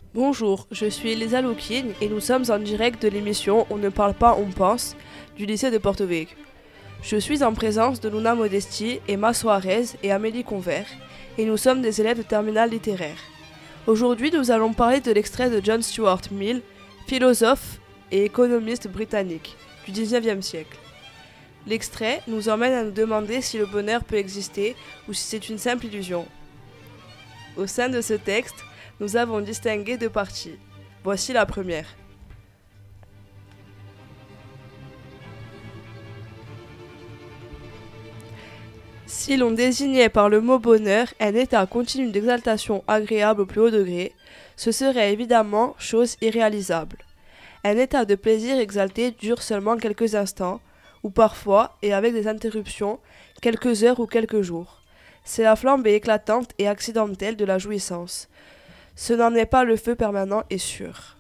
Bonjour, je suis Elisa Loukine et nous sommes en direct de l'émission On ne parle pas, on pense du lycée de Porto Vecchio. Je suis en présence de Luna Modesti, Emma Soares et Amélie Convert et nous sommes des élèves de terminale littéraire. Aujourd'hui, nous allons parler de l'extrait de John Stuart Mill, philosophe et économiste britannique du XIXe siècle. L'extrait nous emmène à nous demander si le bonheur peut exister ou si c'est une simple illusion. Au sein de ce texte, nous avons distingué deux parties. Voici la première. Si l'on désignait par le mot bonheur un état continu d'exaltation agréable au plus haut degré, ce serait évidemment chose irréalisable. Un état de plaisir exalté dure seulement quelques instants, ou parfois, et avec des interruptions, quelques heures ou quelques jours. C'est la flambée éclatante et accidentelle de la jouissance. Ce n'en est pas le feu permanent et sûr.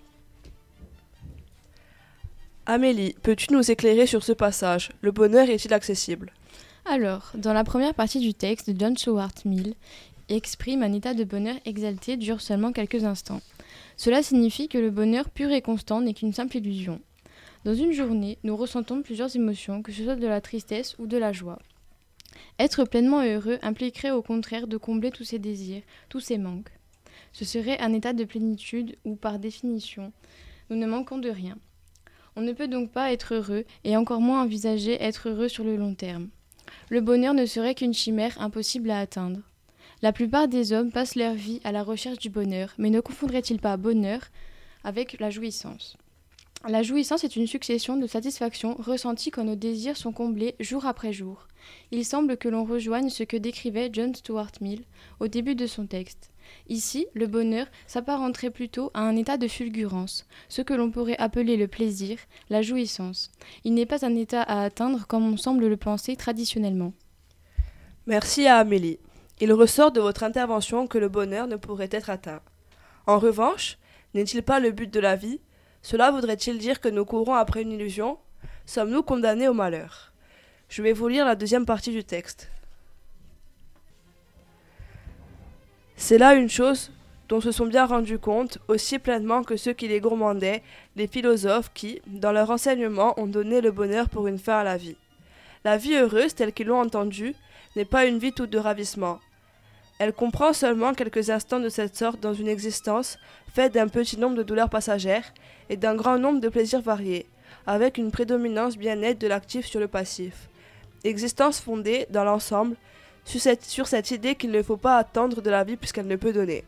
Amélie, peux-tu nous éclairer sur ce passage? Le bonheur est-il accessible? Alors, dans la première partie du texte, John Stuart Mill exprime un état de bonheur exalté dure seulement quelques instants. Cela signifie que le bonheur pur et constant n'est qu'une simple illusion. Dans une journée, nous ressentons plusieurs émotions, que ce soit de la tristesse ou de la joie. Être pleinement heureux impliquerait au contraire de combler tous ses désirs, tous ses manques. Ce serait un état de plénitude où, par définition, nous ne manquons de rien. On ne peut donc pas être heureux et encore moins envisager être heureux sur le long terme. Le bonheur ne serait qu'une chimère impossible à atteindre. La plupart des hommes passent leur vie à la recherche du bonheur, mais ne confondraient-ils pas bonheur avec la jouissance? La jouissance est une succession de satisfactions ressenties quand nos désirs sont comblés jour après jour. Il semble que l'on rejoigne ce que décrivait John Stuart Mill au début de son texte. Ici, le bonheur s'apparenterait plutôt à un état de fulgurance, ce que l'on pourrait appeler le plaisir, la jouissance. Il n'est pas un état à atteindre comme on semble le penser traditionnellement. Merci à Amélie. Il ressort de votre intervention que le bonheur ne pourrait être atteint. En revanche, n'est-il pas le but de la vie? Cela voudrait-il dire que nous courons après une illusion? Sommes-nous condamnés au malheur? Je vais vous lire la deuxième partie du texte. C'est là une chose dont se sont bien rendus compte, aussi pleinement que ceux qui les gourmandaient, les philosophes qui, dans leur enseignement, ont donné le bonheur pour une fin à la vie. La vie heureuse, telle qu'ils l'ont entendue, n'est pas une vie toute de ravissement. Elle comprend seulement quelques instants de cette sorte dans une existence faite d'un petit nombre de douleurs passagères et d'un grand nombre de plaisirs variés, avec une prédominance bien nette de l'actif sur le passif. Existence fondée, dans l'ensemble, sur cette idée qu'il ne faut pas attendre de la vie puisqu'elle ne peut donner.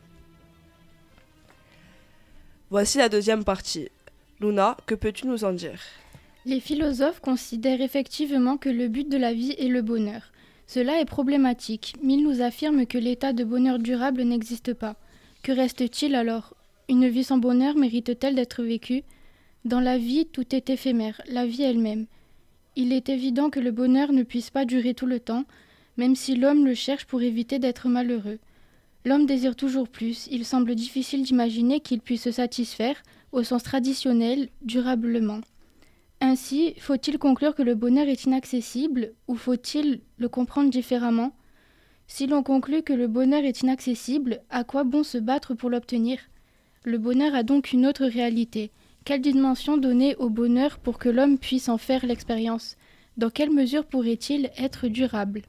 Voici la deuxième partie. Luna, que peux-tu nous en dire? Les philosophes considèrent effectivement que le but de la vie est le bonheur. Cela est problématique. Mill nous affirme que l'état de bonheur durable n'existe pas. Que reste-t-il alors? Une vie sans bonheur mérite-t-elle d'être vécue? Dans la vie, tout est éphémère, la vie elle-même. Il est évident que le bonheur ne puisse pas durer tout le temps, même si l'homme le cherche pour éviter d'être malheureux. L'homme désire toujours plus, il semble difficile d'imaginer qu'il puisse se satisfaire, au sens traditionnel, durablement. Ainsi, faut-il conclure que le bonheur est inaccessible, ou faut-il le comprendre différemment? Si l'on conclut que le bonheur est inaccessible, à quoi bon se battre pour l'obtenir? Le bonheur a donc une autre réalité. Quelle dimension donner au bonheur pour que l'homme puisse en faire l'expérience? Dans quelle mesure pourrait-il être durable?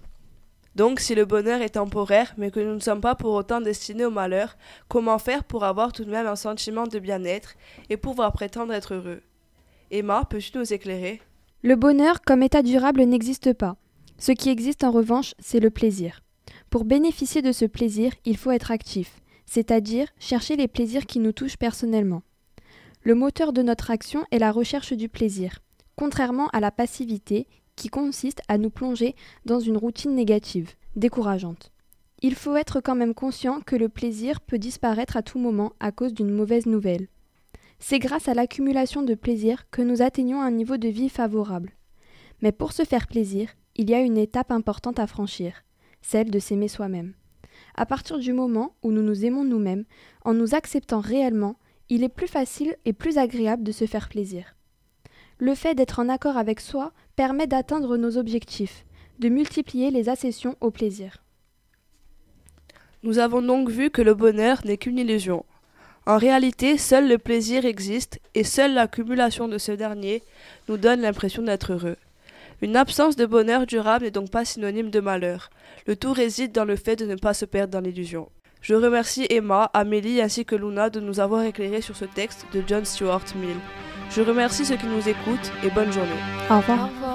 Donc, si le bonheur est temporaire, mais que nous ne sommes pas pour autant destinés au malheur, comment faire pour avoir tout de même un sentiment de bien-être et pouvoir prétendre être heureux? Emma, peux-tu nous éclairer? Le bonheur comme état durable n'existe pas. Ce qui existe en revanche, c'est le plaisir. Pour bénéficier de ce plaisir, il faut être actif, c'est-à-dire chercher les plaisirs qui nous touchent personnellement. Le moteur de notre action est la recherche du plaisir, contrairement à la passivité qui consiste à nous plonger dans une routine négative, décourageante. Il faut être quand même conscient que le plaisir peut disparaître à tout moment à cause d'une mauvaise nouvelle. C'est grâce à l'accumulation de plaisir que nous atteignons un niveau de vie favorable. Mais pour se faire plaisir, il y a une étape importante à franchir, celle de s'aimer soi-même. À partir du moment où nous nous aimons nous-mêmes, en nous acceptant réellement, il est plus facile et plus agréable de se faire plaisir. Le fait d'être en accord avec soi permet d'atteindre nos objectifs, de multiplier les accessions au plaisir. Nous avons donc vu que le bonheur n'est qu'une illusion. En réalité, seul le plaisir existe et seule l'accumulation de ce dernier nous donne l'impression d'être heureux. Une absence de bonheur durable n'est donc pas synonyme de malheur. Le tout réside dans le fait de ne pas se perdre dans l'illusion. Je remercie Emma, Amélie ainsi que Luna de nous avoir éclairés sur ce texte de John Stuart Mill. Je remercie ceux qui nous écoutent et bonne journée. Au revoir. Au revoir.